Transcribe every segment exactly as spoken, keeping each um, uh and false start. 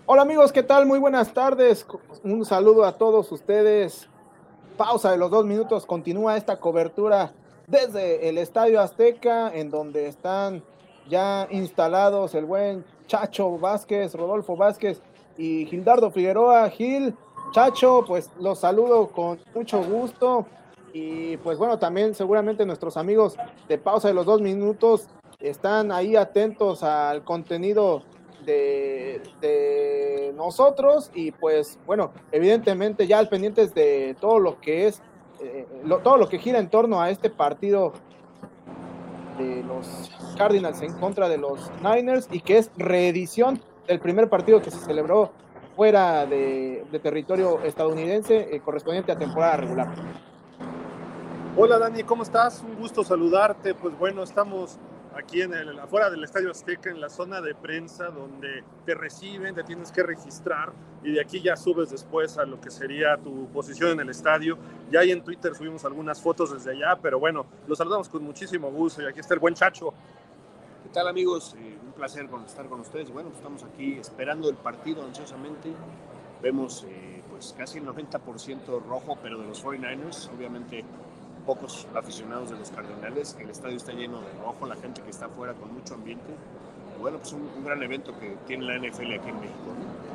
Hola amigos, ¿qué tal? Muy buenas tardes. Un saludo a todos ustedes. Pausa de los dos minutos. Continúa esta cobertura desde el Estadio Azteca, en donde están ya instalados el buen Chacho Vázquez, Rodolfo Vázquez y Gildardo Figueroa. Gil, Chacho, pues los saludo con mucho gusto. Y pues bueno, también seguramente nuestros amigos de pausa de los dos minutos están ahí atentos al contenido de, de nosotros y pues bueno, evidentemente ya al pendientes de todo lo que es, eh, lo, todo lo que gira en torno a este partido de los Cardinals en contra de los Niners y que es reedición del primer partido que se celebró fuera de, de territorio estadounidense eh, correspondiente a temporada regular. Hola Dani, ¿cómo estás? Un gusto saludarte. Pues bueno, estamos aquí en el, afuera del Estadio Azteca, en la zona de prensa, donde te reciben, te tienes que registrar y de aquí ya subes después a lo que sería tu posición en el estadio. Ya ahí en Twitter subimos algunas fotos desde allá, pero bueno, los saludamos con muchísimo gusto y aquí está el buen Chacho. ¿Qué tal amigos? Eh, un placer estar con ustedes. Bueno, pues estamos aquí esperando el partido ansiosamente. Vemos eh, pues casi el noventa por ciento rojo, pero de los cuarenta y nueve ers, obviamente pocos aficionados de los Cardenales. El estadio está lleno de rojo, la gente que está afuera con mucho ambiente. Y bueno, pues un, un gran evento que tiene la N F L aquí en México, ¿no?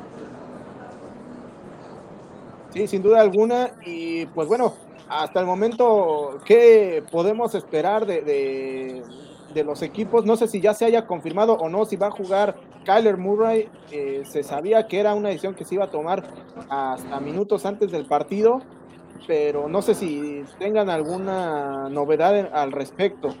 Sí, sin duda alguna. Y pues bueno, hasta el momento, ¿qué podemos esperar de, de, de los equipos? No sé si ya se haya confirmado o no, si va a jugar Kyler Murray. Eh, se sabía que era una decisión que se iba a tomar hasta minutos antes del partido, pero no sé si tengan alguna novedad en- al respecto.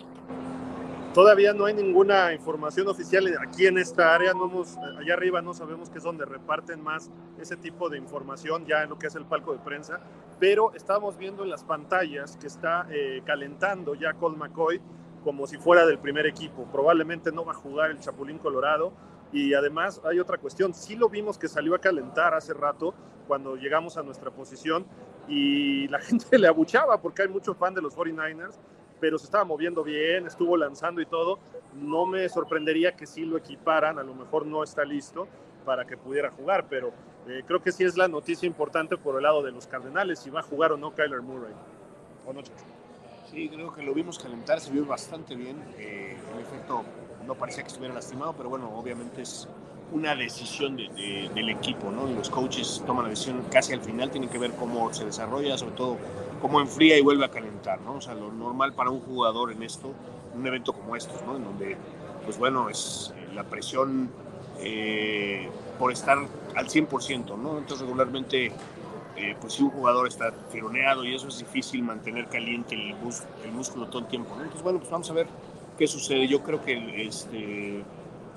Todavía no hay ninguna información oficial aquí en esta área, no hemos, allá arriba no sabemos qué es donde reparten más ese tipo de información ya en lo que es el palco de prensa, pero estamos viendo en las pantallas que está eh, calentando ya Colt McCoy como si fuera del primer equipo. Probablemente no va a jugar el Chapulín Colorado y además hay otra cuestión, sí lo vimos que salió a calentar hace rato cuando llegamos a nuestra posición y la gente le abuchaba porque hay mucho fan de los cuarenta y nueve ers, pero se estaba moviendo bien, estuvo lanzando y todo. No me sorprendería que sí lo equiparan, a lo mejor no está listo para que pudiera jugar, pero eh, creo que sí es la noticia importante por el lado de los Cardenales, si va a jugar o no Kyler Murray. ¿O no, Chacho? Sí, creo que lo vimos calentar, se vio bastante bien. Eh, en efecto, no parecía que estuviera lastimado, pero bueno, obviamente es una decisión de, de, del equipo, ¿no? Los coaches toman la decisión casi al final, tienen que ver cómo se desarrolla, sobre todo cómo enfría y vuelve a calentar, ¿no? O sea, lo normal para un jugador en esto, en un evento como estos, ¿no? En donde, pues bueno, es eh, la presión eh, por estar al cien por ciento, ¿no? Entonces regularmente eh, pues si un jugador está tironeado y eso es difícil mantener caliente el, mus el músculo todo el tiempo, ¿no? Entonces, bueno, pues vamos a ver qué sucede. Yo creo que, este,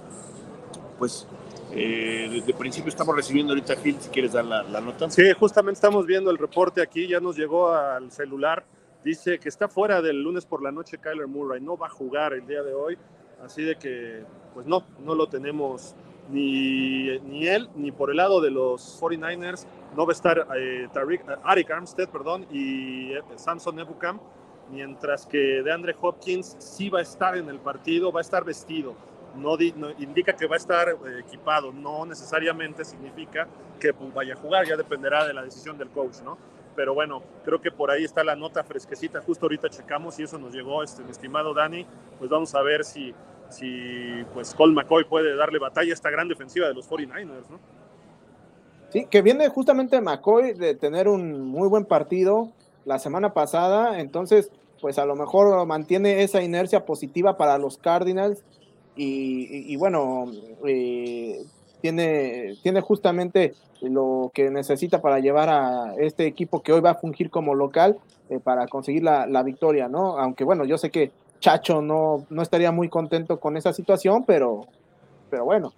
pues, eh, desde principio estamos recibiendo ahorita, Gil, si quieres dar la, la nota. Sí, justamente estamos viendo el reporte aquí, ya nos llegó al celular. Dice que está fuera del lunes por la noche Kyler Murray, no va a jugar el día de hoy, así de que, pues no, no lo tenemos ni, ni él, ni por el lado de los cuarenta y nueve ers, no va a estar eh, Tariq, Arik Armstead, perdón, y eh, Samson Ebukam, mientras que DeAndre Hopkins sí va a estar en el partido, va a estar vestido. No, di, no indica que va a estar eh, equipado, no necesariamente significa que pues, vaya a jugar, ya dependerá de la decisión del coach, ¿no? Pero bueno, creo que por ahí está la nota fresquecita, justo ahorita checamos y eso nos llegó, este, mi estimado Dani, pues vamos a ver si, si pues Colt McCoy puede darle batalla a esta gran defensiva de los cuarenta y nueve ers, ¿no? Sí, que viene justamente McCoy de tener un muy buen partido la semana pasada, entonces pues a lo mejor mantiene esa inercia positiva para los Cardinals y, y, y bueno, eh, tiene, tiene justamente lo que necesita para llevar a este equipo que hoy va a fungir como local eh, para conseguir la, la, victoria, ¿no? Aunque bueno, yo sé que Chacho no, no estaría muy contento con esa situación, pero, pero bueno.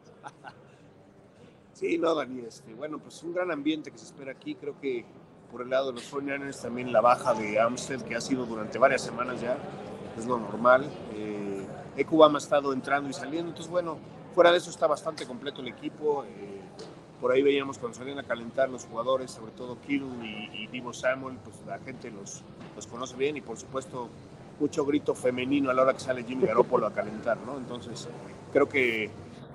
Sí, no, Dani, este, bueno, pues un gran ambiente que se espera aquí. Creo que por el lado de los cuarenta y nueve ers también la baja de Armstead, que ha sido durante varias semanas ya, es lo normal. Eh, Ecubam ha estado entrando y saliendo, entonces bueno, fuera de eso está bastante completo el equipo. Eh, por ahí veíamos cuando salían a calentar los jugadores, sobre todo Kittle y, y Deebo Samuel, pues la gente los, los conoce bien y por supuesto mucho grito femenino a la hora que sale Jimmy Garoppolo a calentar, ¿no? Entonces creo que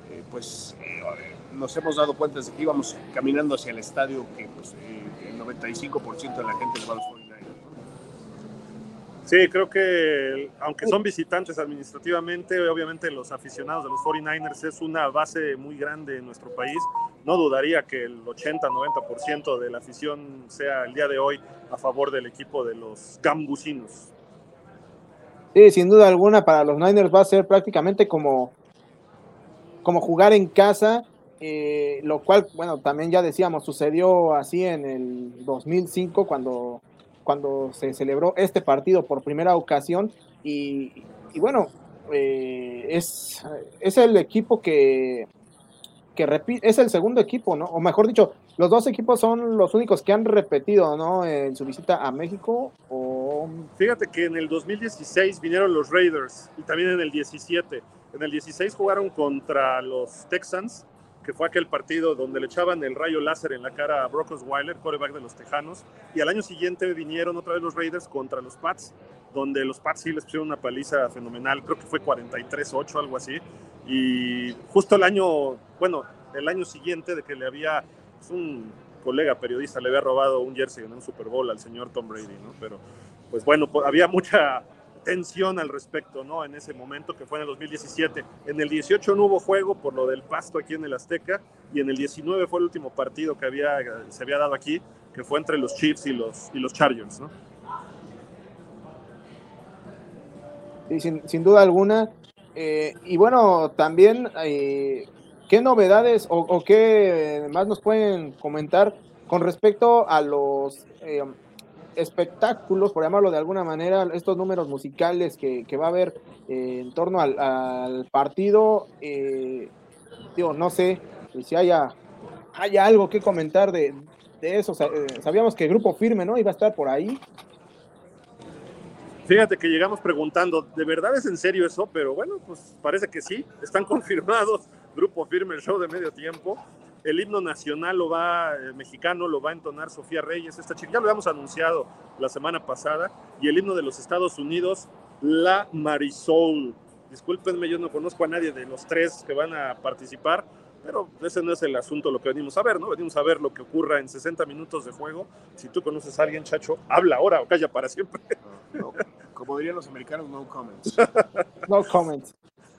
eh, pues eh, nos hemos dado cuenta de que íbamos caminando hacia el estadio que pues, eh, el noventa y cinco por ciento de la gente le va a los cuarenta y nueve. Sí, creo que aunque son visitantes administrativamente, obviamente los aficionados de los cuarenta y nueve ers es una base muy grande en nuestro país. No dudaría que el ochenta a noventa por ciento de la afición sea el día de hoy a favor del equipo de los gambusinos. Sí, sin duda alguna para los Niners va a ser prácticamente como, como jugar en casa, eh, lo cual, bueno, también ya decíamos, sucedió así en el dos mil cinco cuando, cuando se celebró este partido por primera ocasión y, y bueno, eh, es, es el equipo que, que repite, es el segundo equipo, ¿no? O mejor dicho, los dos equipos son los únicos que han repetido, ¿no? En su visita a México. O... Fíjate que en el dos mil dieciséis vinieron los Raiders y también en el diecisiete. En el dieciséis jugaron contra los Texans, que fue aquel partido donde le echaban el rayo láser en la cara a Brock Osweiler, quarterback de los Tejanos, y al año siguiente vinieron otra vez los Raiders contra los Pats, donde los Pats sí les pusieron una paliza fenomenal, creo que fue cuarenta y tres ocho, algo así, y justo el año, bueno, el año siguiente de que le había, pues un colega periodista le había robado un jersey en un Super Bowl al señor Tom Brady, ¿no? Pero, pues bueno, pues había mucha tensión al respecto, ¿no? En ese momento que fue en el dos mil diecisiete. En el dieciocho no hubo juego por lo del pasto aquí en el Azteca, y en el diecinueve fue el último partido que había, se había dado aquí, que fue entre los Chiefs y los, y los Chargers, ¿no? Sí, sin, sin duda alguna. Eh, y bueno, también, eh, ¿qué novedades o, o qué más nos pueden comentar con respecto a los eh, espectáculos, por llamarlo de alguna manera, estos números musicales que, que va a haber eh, en torno al, al partido? Eh, digo, no sé si haya, haya algo que comentar de, de eso. O sea, eh, sabíamos que Grupo Firme, ¿no?, iba a estar por ahí. Fíjate que llegamos preguntando, ¿de verdad es en serio eso? Pero bueno, pues parece que sí, están confirmados. Grupo Firme, el show de medio tiempo. El himno nacional lo va, el mexicano lo va a entonar Sofía Reyes, esta chica, ya lo habíamos anunciado la semana pasada, y el himno de los Estados Unidos, La Marisol. Discúlpenme, yo no conozco a nadie de los tres que van a participar, pero ese no es el asunto, lo que venimos a ver, ¿no? Venimos a ver lo que ocurra en sesenta minutos de juego. Si tú conoces a alguien, Chacho, habla ahora o calla para siempre. No, no. Como dirían los americanos, no comments. No comments.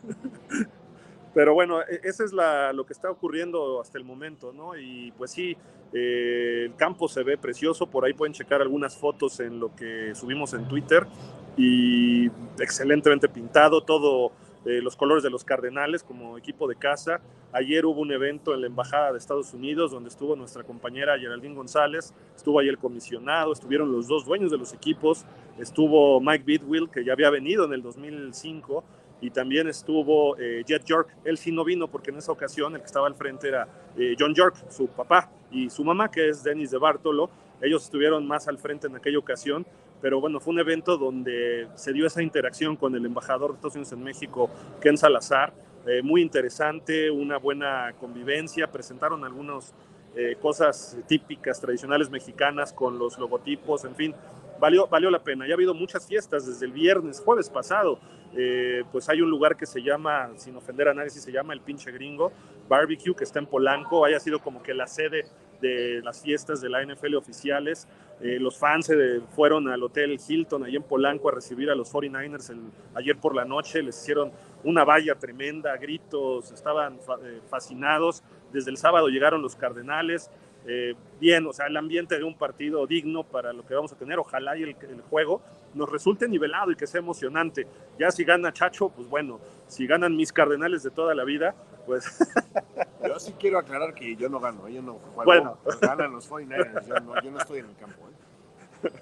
Pero bueno, eso es la, lo que está ocurriendo hasta el momento, ¿no? Y pues sí, eh, el campo se ve precioso, por ahí pueden checar algunas fotos en lo que subimos en Twitter, y excelentemente pintado, todo eh, los colores de los Cardenales como equipo de casa. Ayer hubo un evento en la Embajada de Estados Unidos donde estuvo nuestra compañera Geraldine González, estuvo ahí el comisionado, estuvieron los dos dueños de los equipos, estuvo Mike Bidwill, que ya había venido en el dos mil cinco, y también estuvo eh, Jet York. Él sí no vino porque en esa ocasión el que estaba al frente era eh, John York, su papá, y su mamá, que es Dennis de Bartolo. Ellos estuvieron más al frente en aquella ocasión, pero bueno, fue un evento donde se dio esa interacción con el embajador de Estados Unidos en México, Ken Salazar, eh, muy interesante, una buena convivencia, presentaron algunas eh, cosas típicas, tradicionales mexicanas con los logotipos, en fin, valió, valió la pena. Ya ha habido muchas fiestas desde el viernes, jueves pasado. Eh, pues hay un lugar que se llama, sin ofender a nadie, si se llama El Pinche Gringo Barbecue, que está en Polanco, haya sido como que la sede de las fiestas de la N F L oficiales. Eh, los fans eh, fueron al Hotel Hilton ahí en Polanco a recibir a los cuarenta y nueve ers el, ayer por la noche, les hicieron una valla tremenda, gritos, estaban fa, eh, fascinados. Desde el sábado llegaron los Cardenales. Eh, bien, o sea, el ambiente de un partido digno para lo que vamos a tener. Ojalá y el, el juego nos resulte nivelado y que sea emocionante. Ya si gana Chacho, pues bueno, si ganan mis Cardenales de toda la vida, pues... Yo sí quiero aclarar que yo no gano, yo no juego, bueno. Ganan los cuarenta y nueve ers, yo no, yo no estoy en el campo. ¿eh?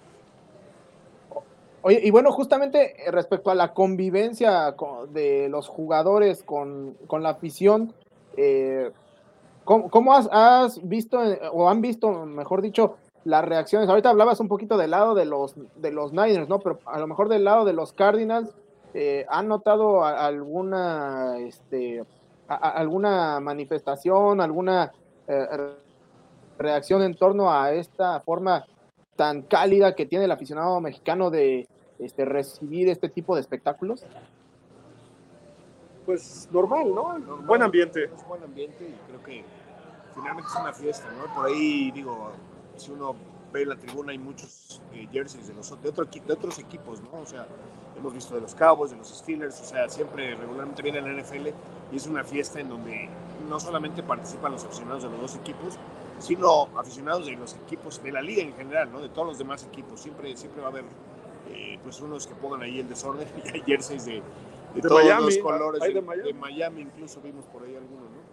Oye, y bueno, justamente respecto a la convivencia de los jugadores con, con la afición, eh, ¿cómo, cómo has, has visto, o han visto, mejor dicho, las reacciones? Ahorita hablabas un poquito del lado de los, de los Niners, ¿no? Pero a lo mejor del lado de los Cardinals, eh, ¿han notado a, alguna, este, a, a, alguna manifestación, alguna eh, reacción en torno a esta forma tan cálida que tiene el aficionado mexicano de este, recibir este tipo de espectáculos? pues normal, ¿no? Normal, Buen ambiente. Es buen ambiente y creo que finalmente es una fiesta, ¿no? Por ahí, digo, si uno ve en la tribuna hay muchos eh, jerseys de, los, de, otro, de otros equipos, ¿no? O sea, hemos visto de los Cowboys, de los Steelers, o sea, siempre regularmente viene la N F L y es una fiesta en donde no solamente participan los aficionados de los dos equipos, sino aficionados de los equipos de la liga en general, ¿no? De todos los demás equipos. Siempre, siempre va a haber eh, pues unos que pongan ahí el desorden y hay jerseys de, de, de todos Miami, los colores. hay De, de, Miami. de Miami incluso vimos por ahí algunos, ¿no?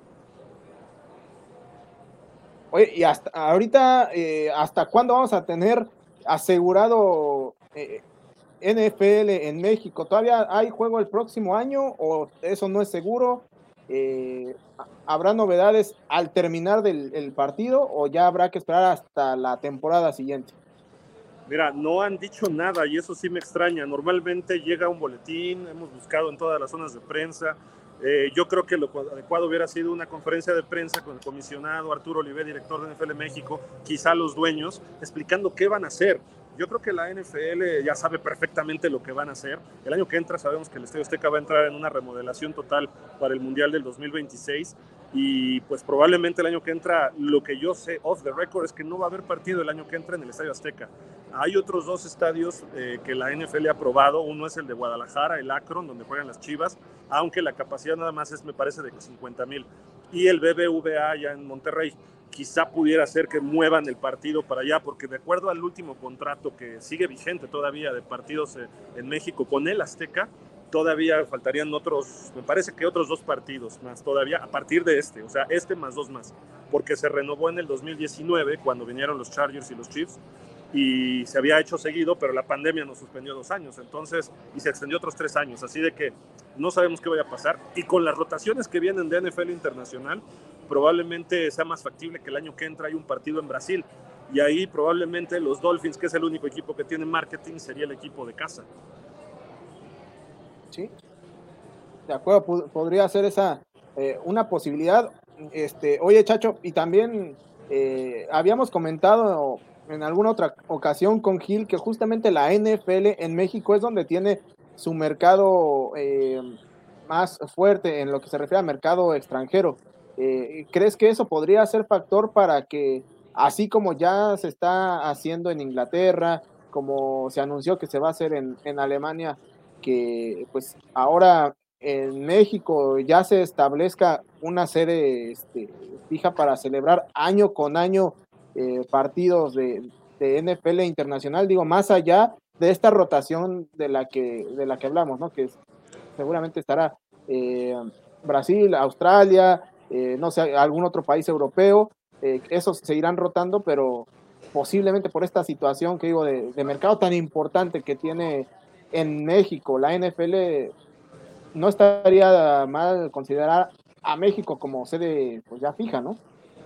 Oye, y hasta ahorita, eh, ¿hasta cuándo vamos a tener asegurado eh, N F L en México? ¿Todavía hay juego el próximo año o eso no es seguro? Eh, ¿Habrá novedades al terminar del el partido o ya habrá que esperar hasta la temporada siguiente? Mira, no han dicho nada y eso sí me extraña. Normalmente llega un boletín, hemos buscado en todas las zonas de prensa. Eh, yo creo que lo adecuado hubiera sido una conferencia de prensa con el comisionado Arturo Oliver, director de N F L México, quizá los dueños, explicando qué van a hacer. Yo creo que la N F L ya sabe perfectamente lo que van a hacer. El año que entra sabemos que el Estadio Azteca va a entrar en una remodelación total para el Mundial del dos mil veintiséis y pues probablemente el año que entra, lo que yo sé off the record es que no va a haber partido el año que entra en el Estadio Azteca. Hay otros dos estadios eh, que la N F L ha aprobado. Uno es el de Guadalajara, el Akron, donde juegan las Chivas, aunque la capacidad nada más es, me parece, de cincuenta mil. Y el B B V A ya en Monterrey. Quizá pudiera ser que muevan el partido para allá, porque de acuerdo al último contrato que sigue vigente todavía de partidos en México con el Azteca, todavía faltarían otros, me parece que otros dos partidos más todavía a partir de este, o sea, este más dos más, porque se renovó en el dos mil diecinueve cuando vinieron los Chargers y los Chiefs y se había hecho seguido, pero la pandemia nos suspendió dos años, entonces, y se extendió otros tres años, así de que no sabemos qué vaya a pasar, y con las rotaciones que vienen de N F L internacional, probablemente sea más factible que el año que entra hay un partido en Brasil, y ahí probablemente los Dolphins, que es el único equipo que tiene marketing, sería el equipo de casa. Sí, de acuerdo, pod- podría ser esa eh, una posibilidad. Este, oye, Chacho, y también eh, habíamos comentado en alguna otra ocasión con Gil que justamente la N F L en México es donde tiene su mercado eh, más fuerte en lo que se refiere al mercado extranjero. Eh, ¿crees que eso podría ser factor para que, así como ya se está haciendo en Inglaterra, como se anunció que se va a hacer en, en Alemania, que pues ahora en México ya se establezca una sede este, fija para celebrar año con año eh, partidos de, de N F L internacional, digo, más allá de esta rotación de la que, de la que hablamos, ¿no? Que es, seguramente estará eh, Brasil, Australia, eh, no sé, algún otro país europeo, eh, esos se irán rotando, pero posiblemente por esta situación que digo de, de mercado tan importante que tiene en México, la N F L, no estaría mal considerar a México como sede pues ya fija, ¿no?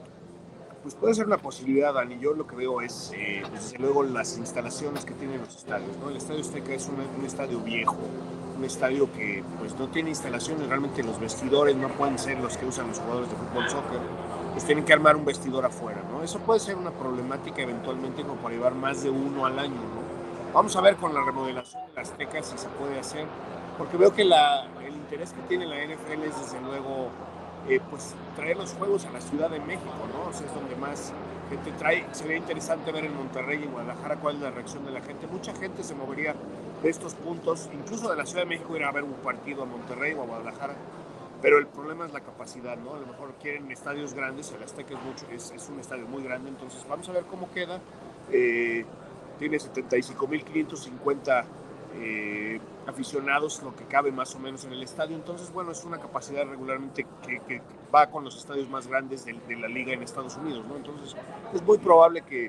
Pues puede ser una posibilidad, Dani. Yo lo que veo es, eh, pues desde luego, las instalaciones que tienen los estadios, ¿no? El Estadio Azteca es un, un estadio viejo, un estadio que pues no tiene instalaciones, realmente los vestidores no pueden ser los que usan los jugadores de fútbol, soccer, pues tienen que armar un vestidor afuera, ¿no? Eso puede ser una problemática eventualmente como para llevar más de uno al año, ¿no? Vamos a ver con la remodelación de la Azteca si se puede hacer, porque veo que la, el interés que tiene la N F L es desde luego eh, pues traer los juegos a la Ciudad de México, ¿no? O sea, es donde más gente trae. Sería interesante ver en Monterrey y en Guadalajara cuál es la reacción de la gente. Mucha gente se movería de estos puntos, incluso de la Ciudad de México, ir a ver un partido a Monterrey o a Guadalajara, pero el problema es la capacidad, ¿no? A lo mejor quieren estadios grandes, el Azteca es, mucho, es, es un estadio muy grande, entonces vamos a ver cómo queda. Eh, tiene setenta y cinco mil quinientos cincuenta eh, aficionados, lo que cabe más o menos en el estadio, entonces bueno, es una capacidad regularmente que, que va con los estadios más grandes de, de la liga en Estados Unidos, ¿no? Entonces es muy probable que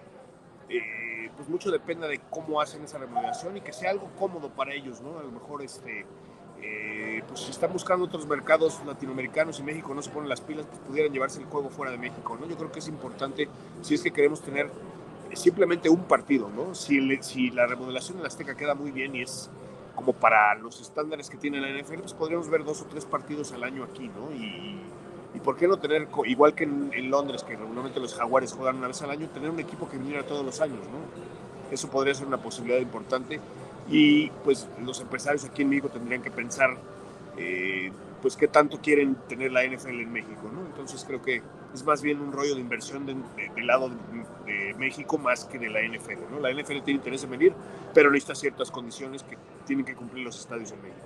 eh, pues mucho dependa de cómo hacen esa remodelación y que sea algo cómodo para ellos, ¿no? A lo mejor este Eh, pues si están buscando otros mercados latinoamericanos y México no se ponen las pilas, pues pudieran llevarse el juego fuera de México, ¿no? Yo creo que es importante si es que queremos tener simplemente un partido, ¿no? Si, le, si la remodelación de la Azteca queda muy bien y es como para los estándares que tiene la N F L, pues podríamos ver dos o tres partidos al año aquí, ¿no? Y, y por qué no tener, igual que en, en Londres, que regularmente los Jaguares juegan una vez al año, tener un equipo que viniera todos los años, ¿no? Eso podría ser una posibilidad importante. Y pues los empresarios aquí en México tendrían que pensar eh, pues qué tanto quieren tener la N F L en México, ¿no? Entonces creo que es más bien un rollo de inversión de, de, del lado de, de México más que de la N F L, ¿no? La N F L tiene interés en venir, pero necesita ciertas condiciones que tienen que cumplir los estadios en México.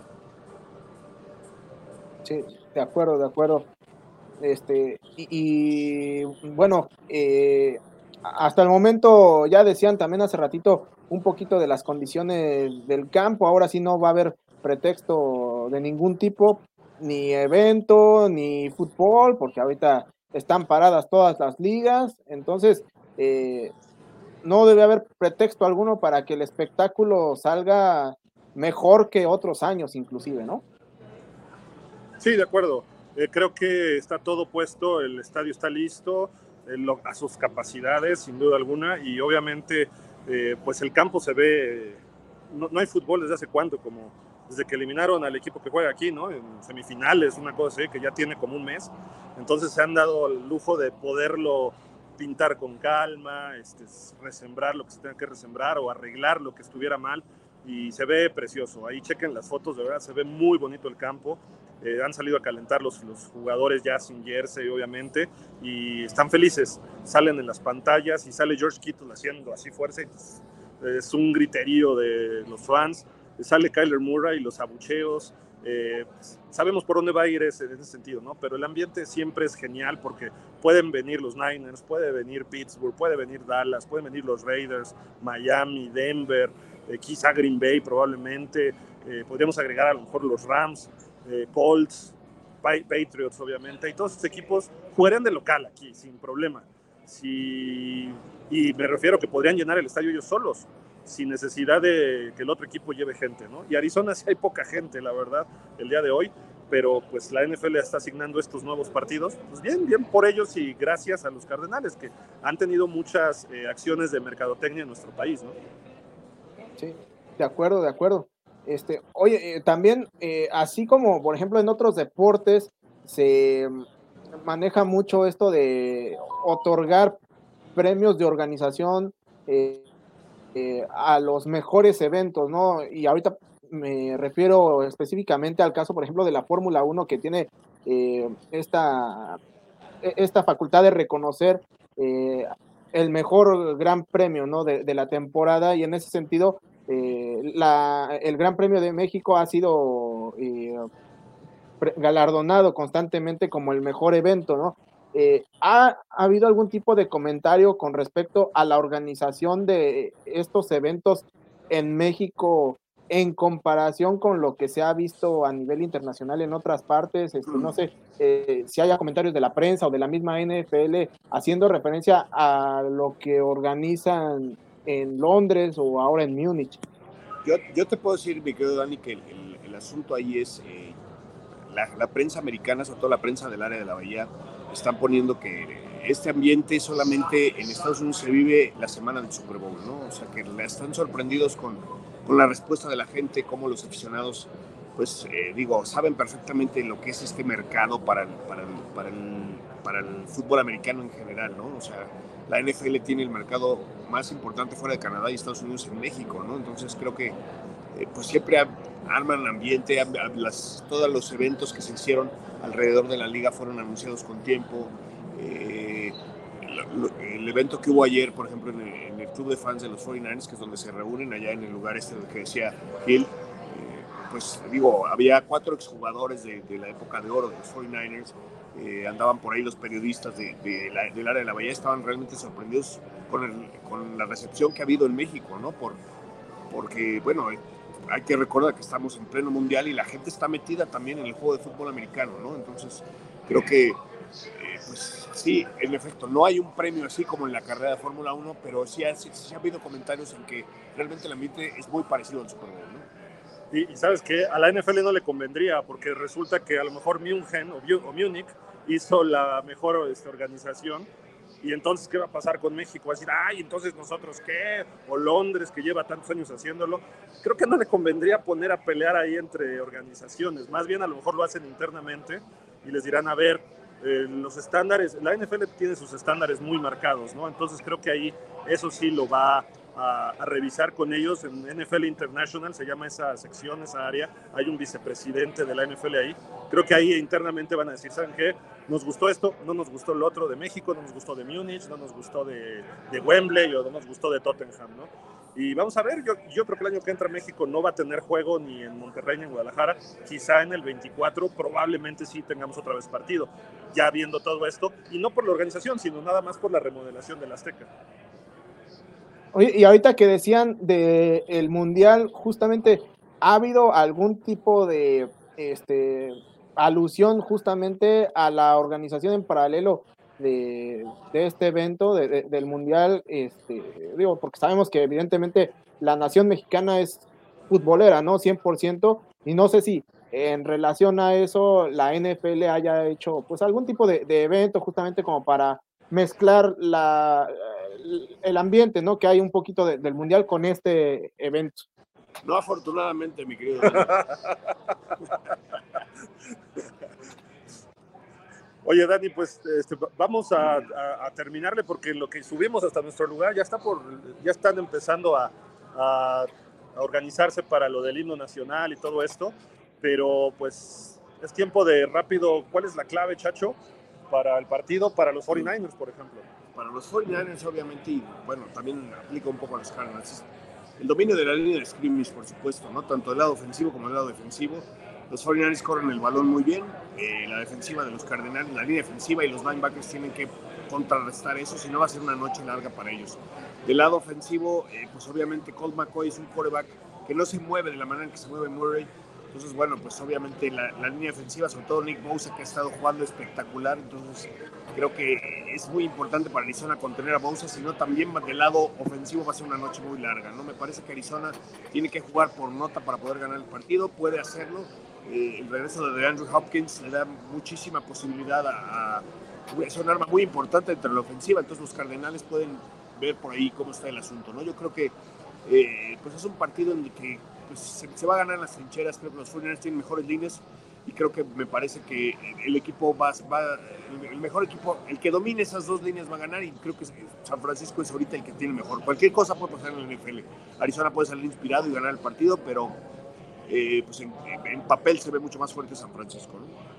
Sí, de acuerdo, de acuerdo. Este, y, y bueno, eh, hasta el momento ya decían también hace ratito un poquito de las condiciones del campo. Ahora sí no va a haber pretexto de ningún tipo, ni evento, ni fútbol, porque ahorita están paradas todas las ligas. Entonces, eh, no debe haber pretexto alguno para que el espectáculo salga mejor que otros años, inclusive, ¿no? Sí, de acuerdo. Eh, creo que está todo puesto, el estadio está listo eh, lo, a sus capacidades, sin duda alguna, y obviamente eh, pues el campo se ve, no, no hay fútbol desde hace cuánto, como desde que eliminaron al equipo que juega aquí, ¿no? En semifinales, una cosa así, que ya tiene como un mes. Entonces se han dado el lujo de poderlo pintar con calma, este, resembrar lo que se tenga que resembrar o arreglar lo que estuviera mal, y se ve precioso. Ahí chequen las fotos, de verdad, se ve muy bonito el campo. Eh, han salido a calentar los, los jugadores ya sin jersey, obviamente, y están felices. Salen en las pantallas y sale George Kittle haciendo así fuerza. Y pues, es un griterío de los fans. Sale Kyler Murray y los abucheos. Eh, pues, sabemos por dónde va a ir ese, en ese sentido, ¿no? Pero el ambiente siempre es genial porque pueden venir los Niners, puede venir Pittsburgh, puede venir Dallas, pueden venir los Raiders, Miami, Denver, eh, quizá Green Bay probablemente. Eh, podríamos agregar a lo mejor los Rams. Eh, Colts, Patriots obviamente, y todos estos equipos jugarían de local aquí sin problema. Si, y me refiero que podrían llenar el estadio ellos solos, sin necesidad de que el otro equipo lleve gente, ¿no? Y Arizona sí hay poca gente, la verdad, el día de hoy, pero pues la N F L está asignando estos nuevos partidos. Pues bien, bien por ellos y gracias a los Cardenales, que han tenido muchas eh, acciones de mercadotecnia en nuestro país, ¿no? Sí, de acuerdo, de acuerdo. Este, oye, eh, también, eh, así como, por ejemplo, en otros deportes se maneja mucho esto de otorgar premios de organización eh, eh, a los mejores eventos, ¿no? Y ahorita me refiero específicamente al caso, por ejemplo, de la Fórmula Uno que tiene eh, esta, esta facultad de reconocer eh, el mejor gran premio, ¿no? de, de la temporada, y en ese sentido eh, la, el Gran Premio de México ha sido eh, galardonado constantemente como el mejor evento, ¿no? Eh, ¿ha, ¿Ha habido algún tipo de comentario con respecto a la organización de estos eventos en México en comparación con lo que se ha visto a nivel internacional en otras partes? Este, no sé eh, si haya comentarios de la prensa o de la misma N F L haciendo referencia a lo que organizan en Londres o ahora en Múnich. Yo, yo te puedo decir, mi querido Dani, que el, el, el asunto ahí es eh, la, la prensa americana, sobre todo la prensa del área de la Bahía, están poniendo que este ambiente solamente en Estados Unidos se vive la semana del Super Bowl, ¿no? O sea, que están sorprendidos con, con la respuesta de la gente, cómo los aficionados, pues, eh, digo, saben perfectamente lo que es este mercado para el, para el, para el, para el fútbol americano en general, ¿no? O sea, la N F L tiene el mercado más importante fuera de Canadá y Estados Unidos en México, ¿no? Entonces creo que eh, pues siempre arman ambiente, las, todos los eventos que se hicieron alrededor de la liga fueron anunciados con tiempo. Eh, el, el evento que hubo ayer, por ejemplo, en el, en el club de fans de los cuarenta y nueve ers, que es donde se reúnen allá en el lugar este que decía Gil, eh, pues digo, había cuatro exjugadores de, de la época de oro de los cuarenta y nueve ers. Eh, andaban por ahí los periodistas de, de la, del área de la Bahía, estaban realmente sorprendidos con, el, con la recepción que ha habido en México, ¿no? Por, porque, bueno, hay que recordar que estamos en pleno mundial y la gente está metida también en el juego de fútbol americano, ¿no? Entonces, creo que, eh, pues sí, en efecto, no hay un premio así como en la carrera de Fórmula uno, pero sí ha, sí, sí ha habido comentarios en que realmente el ambiente es muy parecido al Super Bowl, ¿no? Y, y sabes que a la N F L no le convendría, porque resulta que a lo mejor München o, o Múnich hizo la mejor este, organización, y entonces ¿qué va a pasar con México? Va a decir, ay, entonces nosotros qué, o Londres que lleva tantos años haciéndolo. Creo que no le convendría poner a pelear ahí entre organizaciones, más bien a lo mejor lo hacen internamente y les dirán, a ver, eh, los estándares, la N F L tiene sus estándares muy marcados, ¿no? Entonces creo que ahí eso sí lo va a, a revisar con ellos en N F L International, se llama esa sección, esa área, hay un vicepresidente de la N F L ahí, creo que ahí internamente van a decir, ¿saben qué? Nos gustó esto, no nos gustó el otro de México, no nos gustó de Múnich, no nos gustó de, de Wembley o no nos gustó de Tottenham, ¿no? Y vamos a ver, yo, yo creo que el año que entra México no va a tener juego ni en Monterrey ni en Guadalajara, quizá en el veinticuatro probablemente sí tengamos otra vez partido, ya viendo todo esto, y no por la organización, sino nada más por la remodelación del Azteca. Oye, y ahorita que decían de el Mundial, justamente, ¿ha habido algún tipo de este, alusión justamente a la organización en paralelo de, de este evento, de, de, del Mundial? Este, digo, porque sabemos que evidentemente la nación mexicana es futbolera, ¿no? cien por ciento, y no sé si en relación a eso la N F L haya hecho pues algún tipo de, de evento justamente como para mezclar la, el ambiente, ¿no? Que hay un poquito de, del Mundial con este evento. No, afortunadamente, mi querido Dani. Oye, Dani, pues este, vamos a, a, a terminarle porque lo que subimos hasta nuestro lugar ya está por, ya están empezando a, a, a organizarse para lo del himno nacional y todo esto, pero pues es tiempo de rápido. ¿Cuál es la clave, Chacho, para el partido, para los cuarenta y nueve ers, por ejemplo? Para los cuarenta y nueve ers, obviamente, y bueno, también aplica un poco a los Cardinals. El dominio de la línea de scrimmage, por supuesto, ¿no? Tanto del lado ofensivo como del lado defensivo. Los cuarenta y nueve ers corren el balón muy bien. Eh, la defensiva de los Cardenales, la línea defensiva y los linebackers tienen que contrarrestar eso, si no va a ser una noche larga para ellos. Del lado ofensivo, eh, pues obviamente Colt McCoy es un quarterback que no se mueve de la manera en que se mueve Murray. Entonces, bueno, pues obviamente la, la línea defensiva, sobre todo Nick Bosa, que ha estado jugando espectacular. Entonces, creo que es muy importante para Arizona contener a Bosa, sino también del lado ofensivo va a ser una noche muy larga, ¿no? Me parece que Arizona tiene que jugar por nota para poder ganar el partido, puede hacerlo. Eh, el regreso de Andrew Hopkins le da muchísima posibilidad a, a es un arma muy importante entre la ofensiva, entonces los Cardenales pueden ver por ahí cómo está el asunto, ¿no? Yo creo que eh, pues es un partido en el que pues, se, se va a ganar en las trincheras. Creo que los cuarenta y nueve ers tienen mejores líneas y creo que me parece que el equipo va, va el mejor equipo, el que domine esas dos líneas va a ganar, y creo que San Francisco es ahorita el que tiene mejor. Cualquier cosa puede pasar en la N F L. Arizona puede salir inspirado y ganar el partido, pero eh, pues en, en papel se ve mucho más fuerte San Francisco, ¿no?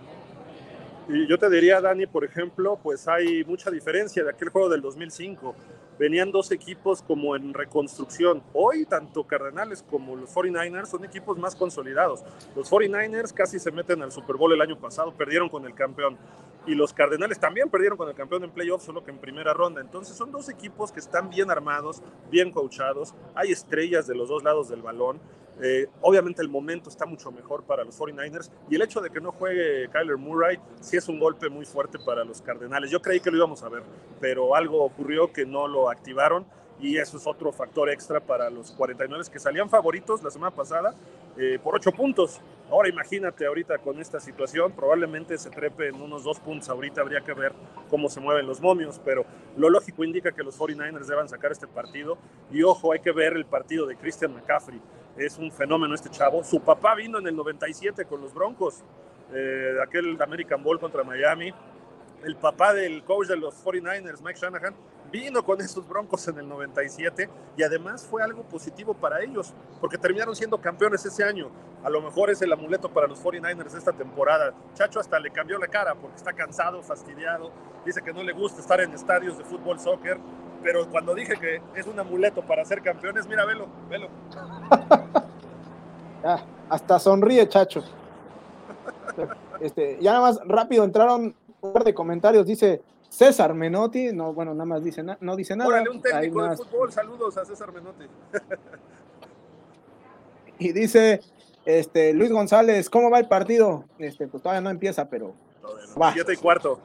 Y yo te diría, Dani, por ejemplo, pues hay mucha diferencia de aquel juego del dos mil cinco. Venían dos equipos como en reconstrucción. Hoy, tanto Cardenales como los cuarenta y nueve ers son equipos más consolidados. Los cuarenta y nueve ers casi se meten al Super Bowl el año pasado, perdieron con el campeón. Y los Cardenales también perdieron con el campeón en playoffs, solo que en primera ronda. Entonces son dos equipos que están bien armados, bien coachados. Hay estrellas de los dos lados del balón. Eh, obviamente el momento está mucho mejor para los cuarenta y nueve ers, y el hecho de que no juegue Kyler Murray sí es un golpe muy fuerte para los Cardenales. Yo creí que lo íbamos a ver, pero algo ocurrió que no lo activaron, y eso es otro factor extra para los cuarenta y nueve ers, que salían favoritos la semana pasada eh, por ocho puntos. Ahora imagínate ahorita con esta situación, probablemente se trepe en unos dos puntos. Ahorita habría que ver cómo se mueven los momios, pero lo lógico indica que los cuarenta y nueve ers deban sacar este partido. Y ojo, hay que ver el partido de Christian McCaffrey. Es un fenómeno este chavo. Su papá vino en el noventa y siete con los Broncos, eh, aquel American Bowl contra Miami. El papá del coach de los cuarenta y nueve ers, Mike Shanahan, vino con esos Broncos en el noventa y siete, y además fue algo positivo para ellos, porque terminaron siendo campeones ese año. A lo mejor es el amuleto para los cuarenta y nueve ers esta temporada. Chacho hasta le cambió la cara porque está cansado, fastidiado, dice que no le gusta estar en estadios de fútbol, soccer, pero cuando dije que es un amuleto para ser campeones, mira, velo, velo. Ah, hasta sonríe, Chacho. Este, ya nada más rápido entraron un par de comentarios. Dice César Menotti, no, bueno, nada más dice na, no dice nada. Órale, un técnico de más... fútbol, saludos a César Menotti. Y dice este Luis González, ¿cómo va el partido? Este, pues todavía no empieza, pero va. Siete y cuarto.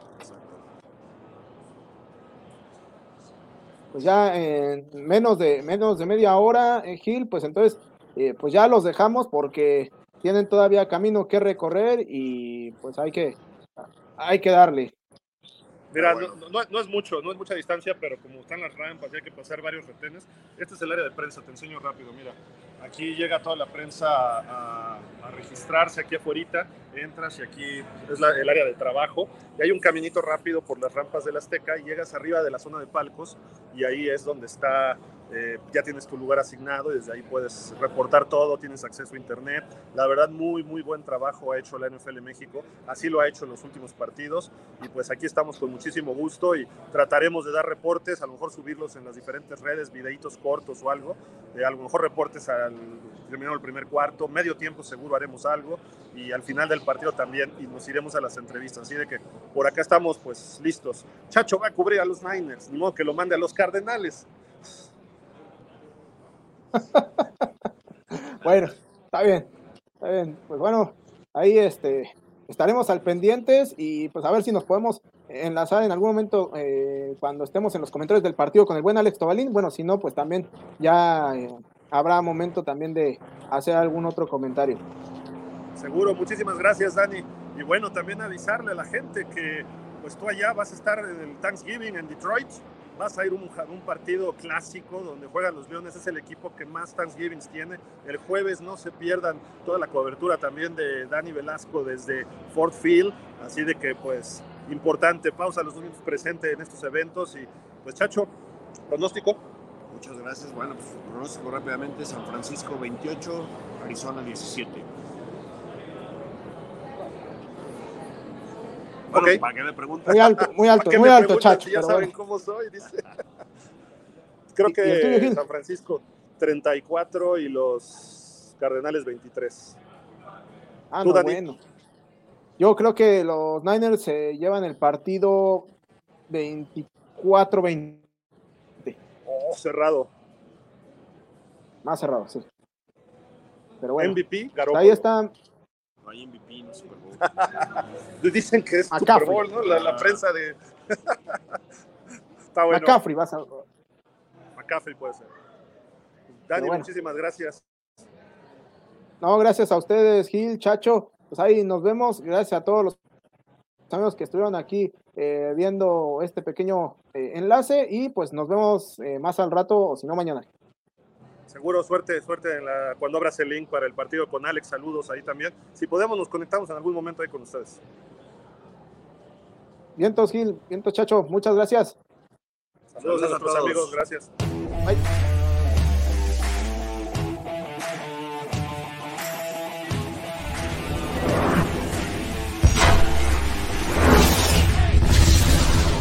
Pues ya en menos de menos de media hora, eh, Gil, pues entonces eh, pues ya los dejamos porque tienen todavía camino que recorrer y pues hay que hay que darle. Mira, bueno. no, no, no es mucho, no es mucha distancia, pero como están las rampas y hay que pasar varios retenes, este es el área de prensa, te enseño rápido, mira. Aquí llega toda la prensa a, a registrarse aquí afuera, entras y aquí es la, el área de trabajo, y hay un caminito rápido por las rampas del Azteca y llegas arriba de la zona de palcos, y ahí es donde está eh, ya tienes tu lugar asignado y desde ahí puedes reportar todo, tienes acceso a internet. La verdad, muy, muy buen trabajo ha hecho la N F L México, así lo ha hecho en los últimos partidos y pues aquí estamos con muchísimo gusto y trataremos de dar reportes, a lo mejor subirlos en las diferentes redes, videitos cortos o algo, eh, a lo mejor reportes al terminado el primer cuarto, medio tiempo seguro haremos algo y al final del partido también y nos iremos a las entrevistas, así de que por acá estamos pues listos. Chacho va a cubrir a los Niners, ni modo que lo mande a los Cardenales. Bueno, está bien, está bien. Pues bueno, ahí este, estaremos al pendientes y pues a ver si nos podemos enlazar en algún momento eh, cuando estemos en los comentarios del partido con el buen Alex Tobalín. Bueno, si no, pues también ya eh, habrá momento también de hacer algún otro comentario. Seguro, muchísimas gracias, Dani. Y bueno, también avisarle a la gente que pues tú allá vas a estar en el Thanksgiving en Detroit. Vas a ir a un, un partido clásico donde juegan los Leones, es el equipo que más Thanksgivings tiene. El jueves no se pierdan toda la cobertura también de Dani Velasco desde Ford Field, así de que pues importante, Pausa los Domingos presente en estos eventos y pues Chacho, pronóstico. Muchas gracias, bueno, pues pronóstico rápidamente, San Francisco veintiocho, Arizona diecisiete. Bueno, okay. ¿Para qué me preguntan? Muy alto, muy alto, muy alto, Chacho. Si ya saben bueno. cómo soy, dice. Creo que San Francisco treinta y cuatro y los Cardenales veintitrés. Ah, no, bueno. Yo creo que los Niners se llevan el partido veinticuatro veinte. Oh, cerrado. Más cerrado, sí. Pero bueno. M V P, Garoppolo. Ahí están. No hay M V P, no Super Bowl. Dicen que es McCaffrey. Super Bowl, ¿no? La, la prensa de... Está bueno. McCaffrey, vas a... McCaffrey puede ser. Dani, bueno. Muchísimas gracias. No, gracias a ustedes, Gil, Chacho. Pues ahí nos vemos. Gracias a todos los amigos que estuvieron aquí eh, viendo este pequeño eh, enlace y pues nos vemos eh, más al rato o si no mañana. Seguro, suerte, suerte en la, cuando abras el link para el partido con Alex, saludos ahí también. Si podemos, nos conectamos en algún momento ahí con ustedes. Vientos, Gil, vientos, Chacho, muchas gracias. Saludos, saludos a nuestros amigos, gracias. Bye.